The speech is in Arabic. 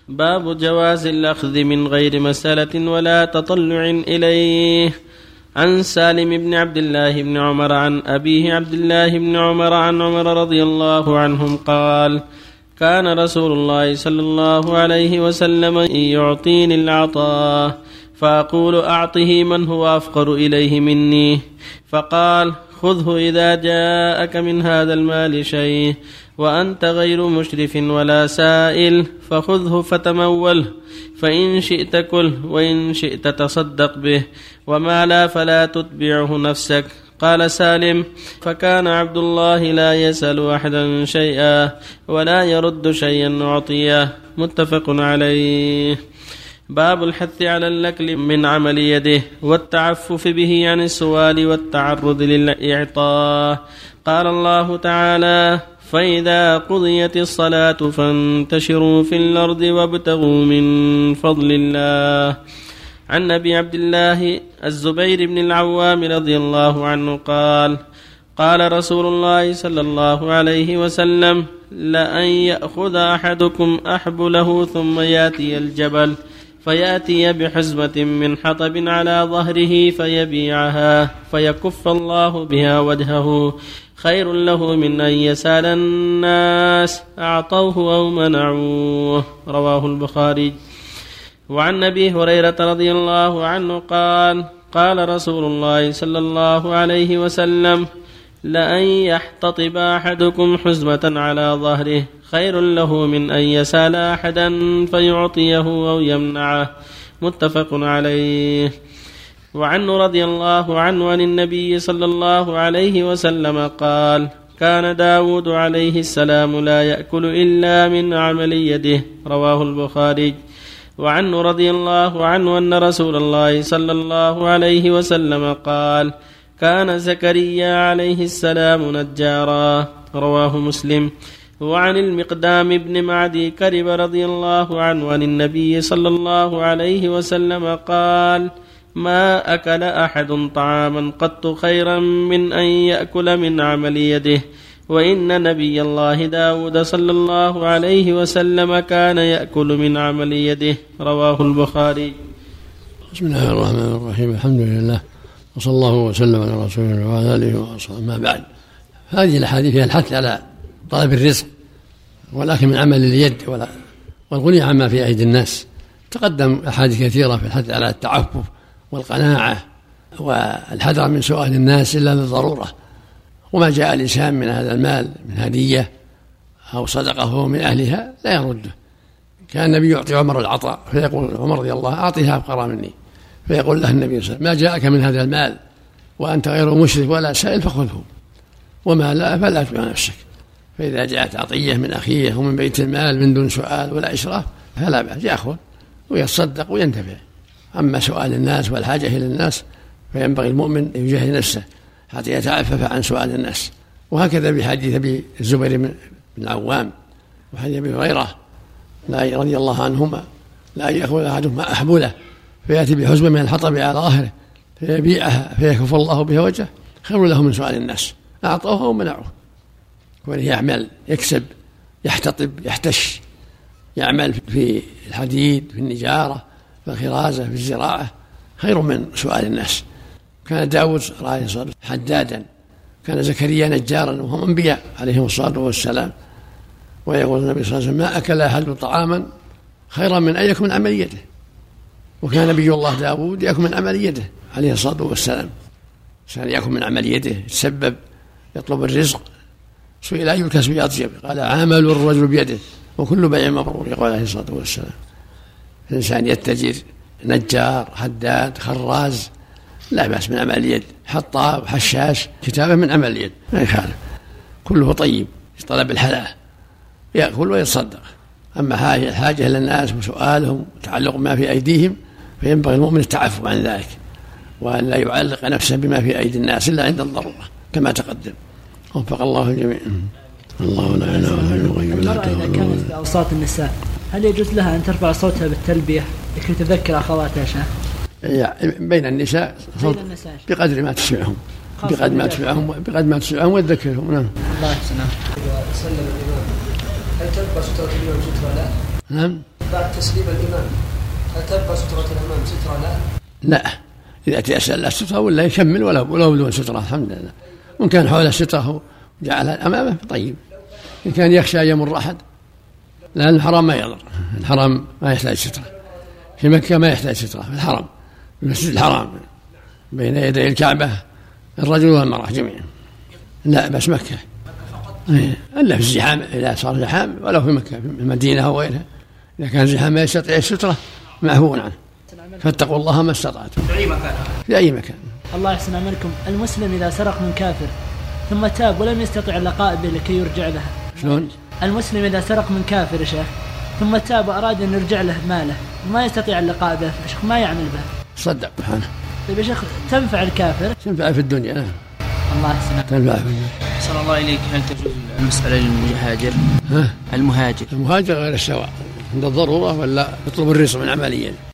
باب جواز الأخذ من غير مسألة ولا تطلع إليه. عن سالم بن عبد الله بن عمر عن أبيه عبد الله بن عمر عن عمر رضي الله عنهم قال: كان رسول الله صلى الله عليه وسلم يعطيني العطاء فأقول: أعطه من هو أفقر إليه مني، فقال: خذه إذا جاءك من هذا المال شيء وأنت غير مشرف ولا سائل، فخذه فتموله، فإن شئت كله وإن شئت تصدق به، وما لا فلا تتبعه نفسك. قال سالم: فكان عبد الله لا يسأل أحدا شيئا ولا يرد شيئا أعطيه. متفق عليه. باب الحث على الأكل من عمل يده والتعفف به عن السؤال والتعرض للإعطاء. قال الله تعالى: فإذا قضيت الصلاة فانتشروا في الأرض وابتغوا من فضل الله. عن أبي عبد الله الزبير بن العوام رضي الله عنه قال: قال رسول الله صلى الله عليه وسلم: لأن يأخذ أحدكم أحبله ثم يأتي الجبل فيأتي بحزمة من حطب على ظهره فيبيعها فيكف الله بها وجهه، خير له من أن يسأل الناس أعطوه أو منعوه. رواه البخاري. وعن أبي هريرة رضي الله عنه قال: قال رسول الله صلى الله عليه وسلم: لأن يحتطب أحدكم حزمة على ظهره خير له من أن يسأل أحدا فيعطيه أو يمنعه. متفق عليه. وعنه رضي الله عنه عن النبي صلى الله عليه وسلم قال: كان داود عليه السلام لا يأكل إلا من عمل يده. رواه البخاري. وعنه رضي الله عنه أن رسول الله صلى الله عليه وسلم قال: كان زكريا عليه السلام نجارا. رواه مسلم. وعن المقدام بن معدي كرب رضي الله عنه عن النبي صلى الله عليه وسلم قال: ما أكل أحد طعاما قط خيرا من أن يأكل من عمل يده، وإن نبي الله داود صلى الله عليه وسلم كان يأكل من عمل يده. رواه البخاري. بسم الله الرحمن الرحيم. الحمد لله وصلى الله وسلم على رسول الله وعلى آله وصحبه. ما بعد، هذه الأحاديث فيها الحث على طلب الرزق والأكل من عمل اليد والغني عما في أيدي الناس. تقدم أحاديث كثيرة في الحث على التعفف والقناعة والحذر من سؤال الناس إلا للضرورة، وما جاء الإنسان من هذا المال من هدية أو صدقة هو من أهلها لا يرده. كان النبي يعطي عمر العطاء فيقول عمر رضي الله: أعطيها أفقر مني، فيقول له النبي صلى الله عليه وسلم: ما جاءك من هذا المال وأنت غير مشرف ولا سائل فخذه، وما لا فلا تتبع نفسك. فإذا جاءت عطية من أخيه ومن بيت المال من دون سؤال ولا إشراف فلا بأس، يأخذ ويتصدق وينتفع. أما سؤال الناس والحاجة إلى الناس فينبغي المؤمن أن يجاهد نفسه حتى يتعفف عن سؤال الناس. وهكذا بحديث أبي الزبير بن العوام وحديث أبي هريرة رضي الله عنهما: لا يأخذ أحدهم أحبله فيأتي بحزمة من الحطب على ظهره فيبيعها فيكف الله بها وجهه، خير له من سؤال الناس أعطوه أو منعوه. كونه يعمل يكسب يحتطب يحتش، يعمل في الحديد في النجارة في الخرازة في الزراعة خير من سؤال الناس. كان داود عليه الصلاة والسلام حدادا، كان زكريا نجارا، وهم أنبياء عليهم الصلاة والسلام. ويقول النبي صلى الله عليه وسلم: ما أكل أحد طعاما خيرا من أن يأكل من عمل يده. وكان نبي الله داود يأكل من عمل يده عليه الصلاة والسلام، كان يأكل من عمل يده، يتسبب يطلب الرزق. سئل أي الكسب أطيب؟ قال: عمل الرجل بيده وكل بيع مبرور. يقول عليه الصلاة والسلام: الإنسان يتجر نجار حداد خراز لا بأس من عمل اليد، حطاب حشاش كتابة من عمل اليد ما يخالف، كله طيب طلب الحلال، يأكل ويتصدق. أما الحاجة إلى الناس وسؤالهم وتعلق ما في أيديهم فينبغي المؤمن التعفف عن ذلك، وأن لا يعلق نفسه بما في أيدي الناس إلا عند الضرورة كما تقدم. وفق الله الجميع. الله لا إله إلا هو. إذا كانت في أوساط النساء هل يجوز لها أن ترفع صوتها بالتلبية لكي تذكر أخواتها شيء؟ بين النساء بقدر ما تسمعهم، بقدر ما تسمعهم وتذكرهم. نعم. الله يسلمك. سلم الإمام هل تبقى سترة اليوم سترة لا؟ نعم. بعد تسليم الإمام هل تبقى سترة الأمام سترة لا؟ لا، إذا تيسر السترة ولا يكمل ولو بدون سترة الحمد لله. وإن كان حول السترة وجعلها أمامه طيب. إن كان يخشى يمر أحد، لأن الحرام ما يضر، الحرام ما يحتاج سترة، في مكة ما يحتاج سترة، في الحرم في المسجد الحرام بين يدي الكعبة الرجل والمرأة جميعا. لا بس مكة إلا في الزحام، إذا صار زحام، ولو في مكة في المدينة أو غيرها إذا كان زحام ما يستطيع السترة معفو عنه. فاتقوا الله ما استطعتم في أي مكان. الله يحسن عملكم. المسلم إذا سرق من كافر ثم تاب ولم يستطع اللقاء به لكي يرجع له، شلون؟ المسلم إذا سرق من كافر يا شيخ ثم تاب وأراد أن يرجع له ماله وما يستطيع اللقاء به، يا شيخ ما يعمل به؟ صدق سبحانه. طيب يا شيخ تنفع الكافر؟ تنفع في الدنيا. الله يحسن. تنفع في الدنيا. صلى الله إليك، هل تجوز المسألة للمهاجر؟ المهاجر غير السواء عند الضرورة ولا يطلب الرزق من عمليا.